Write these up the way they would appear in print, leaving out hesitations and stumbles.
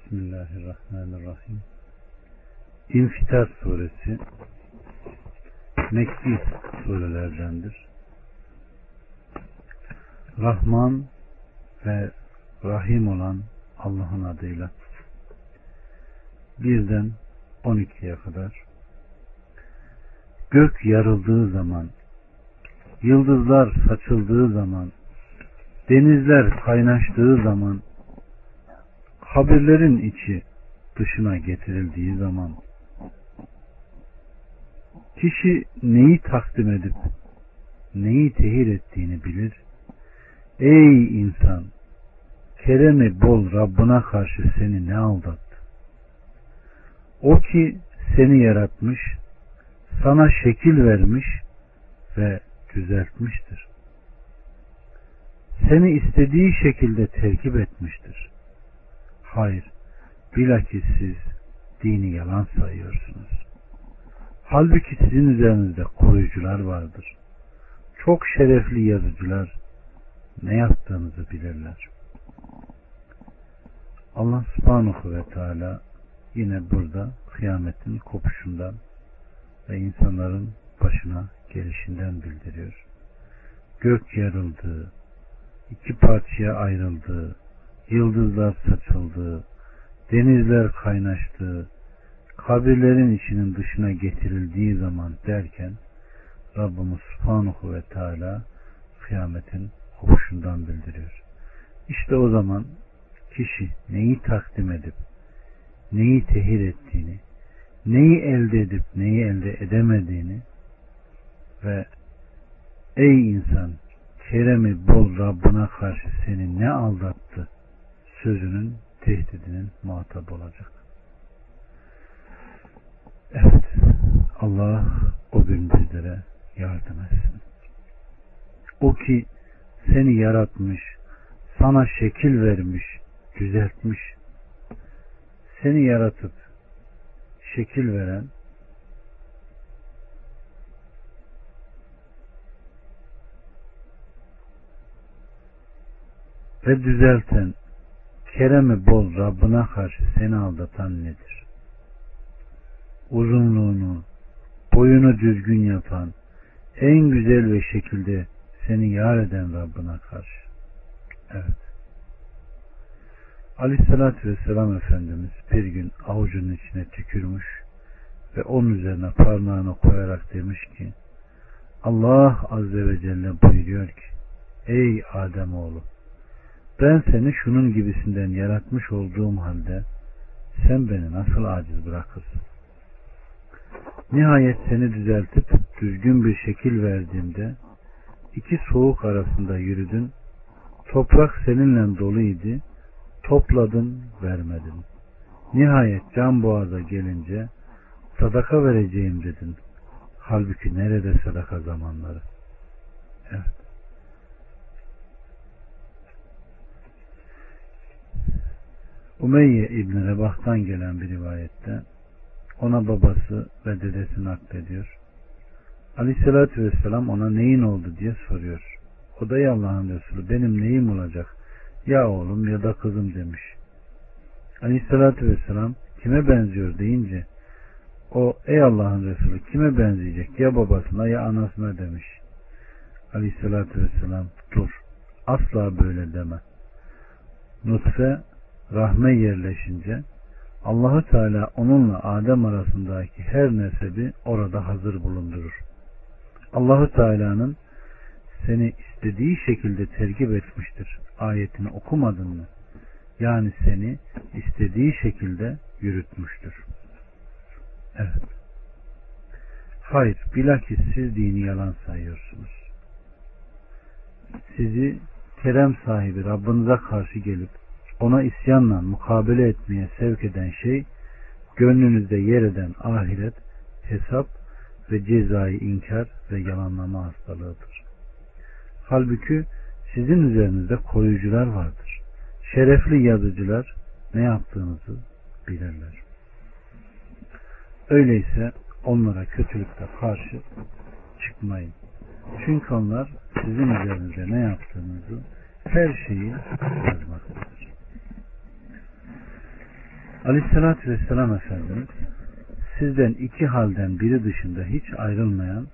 Bismillahirrahmanirrahim. İnfitar suresi Mekki surelerdendir. Rahman ve Rahim olan Allah'ın adıyla. 1'den 12'ye kadar. Gök yarıldığı zaman, yıldızlar saçıldığı zaman, denizler kaynaştığı zaman, kabirlerin içi dışına getirildiği zaman, kişi neyi takdim edip neyi tehir ettiğini bilir. Ey insan, keremi bol Rabbına karşı seni ne aldattı? O ki seni yaratmış, sana şekil vermiş ve düzeltmiştir. Seni istediği şekilde terkip etmiştir. Hayır, bilakis siz dini yalan sayıyorsunuz. Halbuki sizin üzerinizde koruyucular vardır. Çok şerefli yazıcılar ne yaptığınızı bilirler. Allah subhanahu ve teala yine burada kıyametin kopuşundan ve insanların başına gelişinden bildiriyor. Gök yarıldığı, iki parçaya ayrıldığı, yıldızlar saçıldığı, denizler kaynaştığı, kabirlerin içinin dışına getirildiği zaman derken Rabbimiz Subhanahu ve Teala kıyametin kopuşundan bildiriyor. İşte o zaman kişi neyi takdim edip neyi tehir ettiğini, neyi elde edip neyi elde edemediğini ve ey insan, keremi bol Rabbına karşı seni ne aldattı sözünün tehdidinin muhatap olacak. Evet, Allah o gün bizlere yardım etsin. O ki seni yaratmış, sana şekil vermiş, düzeltmiş. Seni yaratıp şekil veren, ve düzelten, keremi bol Rabbına karşı seni aldatan nedir? Uzunluğunu, boyunu düzgün yapan, en güzel ve şekilde seni yar eden Rabbına karşı. Evet. Aleyhissalatü vesselam Efendimiz bir gün avucunun içine tükürmüş ve onun üzerine parmağını koyarak demiş ki, Allah Azze ve Celle buyuruyor ki, ey Ademoğlu, ben seni şunun gibisinden yaratmış olduğum halde sen beni nasıl aciz bırakırsın? Nihayet seni düzeltip düzgün bir şekil verdiğimde iki soğuk arasında yürüdün, toprak seninle doluydu, topladın, vermedin. Nihayet can boğaza gelince sadaka vereceğim dedin. Halbuki nerede sadaka zamanları? Evet. Umeyye İbni Rebah'tan gelen bir rivayette ona babası ve dedesi naklediyor. Aleyhissalatü vesselam ona neyin oldu diye soruyor. O da ya Allah'ın Resulü, benim neyim olacak? Ya oğlum ya da kızım demiş. Aleyhissalatü vesselam kime benziyor deyince o ey Allah'ın Resulü kime benzeyecek? Ya babasına ya anasına demiş. Aleyhissalatü vesselam dur, asla böyle deme. Nutfe rahme yerleşince Allah-u Teala onunla Adem arasındaki her nesebi orada hazır bulundurur. Allah-u Teala'nın seni istediği şekilde tergip etmiştir ayetini okumadın mı? Yani seni istediği şekilde yürütmüştür. Evet. Hayır, bilakis siz dini yalan sayıyorsunuz. Sizi kerem sahibi Rabbinize karşı gelip ona isyanla mukabele etmeye sevk eden şey, gönlünüzde yer eden ahiret, hesap ve cezayı inkar ve yalanlama hastalığıdır. Halbuki sizin üzerinizde koruyucular vardır. Şerefli yazıcılar ne yaptığınızı bilirler. Öyleyse onlara kötülükte karşı çıkmayın. Çünkü onlar sizin üzerinizde ne yaptığınızı her şeyi yazmaktadır. Aleyhissalatü vesselam Efendimiz sizden iki halden biri dışında hiç ayrılmayan,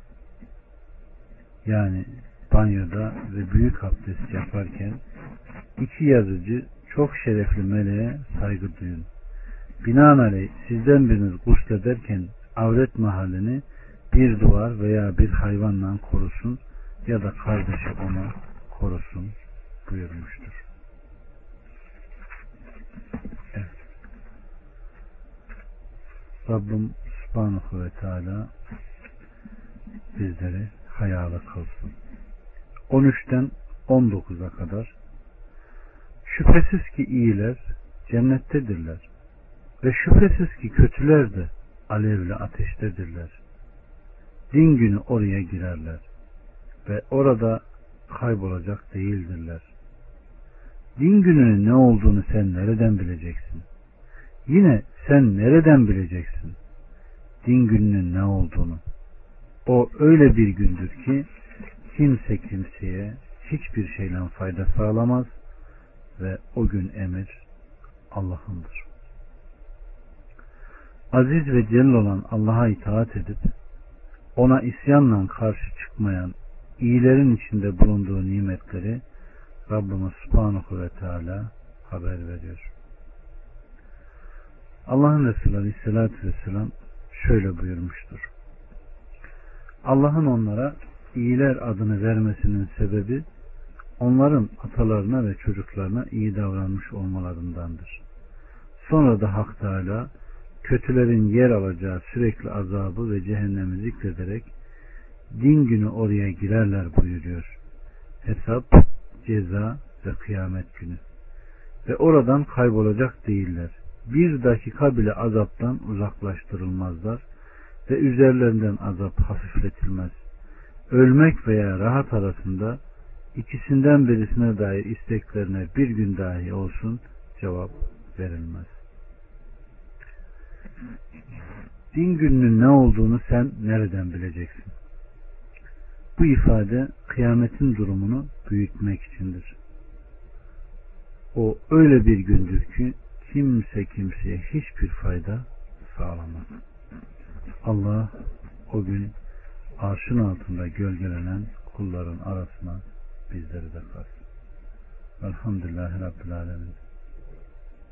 yani banyoda ve büyük abdest yaparken iki yazıcı çok şerefli meleğe saygı duyun. Binaenaleyh sizden biriniz guslederken avret mahallini bir duvar veya bir hayvanla korusun ya da kardeşi onu korusun buyurmuştur. Evet. Rabbim Subhanahu ve Teala bizleri hayalı kılsın. 13'ten 19'a kadar şüphesiz ki iyiler cennettedirler ve şüphesiz ki kötüler de alevli ateştedirler. Din günü oraya girerler ve orada kaybolacak değildirler. Din gününün ne olduğunu sen nereden bileceksin? Yine sen nereden bileceksin din gününün ne olduğunu? O öyle bir gündür ki kimse kimseye hiçbir şeyden fayda sağlamaz ve o gün emir Allah'ındır. Aziz ve celil olan Allah'a itaat edip ona isyanla karşı çıkmayan iyilerin içinde bulunduğu nimetleri Rabbimiz Subhanahu ve Teala haber veriyor. Allah'ın Resulü Aleyhisselatü Vesselam şöyle buyurmuştur. Allah'ın onlara iyiler adını vermesinin sebebi onların atalarına ve çocuklarına iyi davranmış olmalarındandır. Sonra da Hak Teala kötülerin yer alacağı sürekli azabı ve cehennemi zikrederek din günü oraya girerler buyuruyor. Hesap, ceza ve kıyamet günü. Ve oradan kaybolacak değiller. Bir dakika bile azaptan uzaklaştırılmazlar ve üzerlerinden azap hafifletilmez. Ölmek veya rahat arasında ikisinden birisine dair isteklerine bir gün dahi olsun cevap verilmez. Din gününün ne olduğunu sen nereden bileceksin? Bu ifade kıyametin durumunu büyütmek içindir. O öyle bir gündür ki kimse kimseye hiçbir fayda sağlamaz. Allah o gün arşın altında gölgelenen kulların arasına bizleri de katsın. Elhamdülillahi Rabbil Alemin.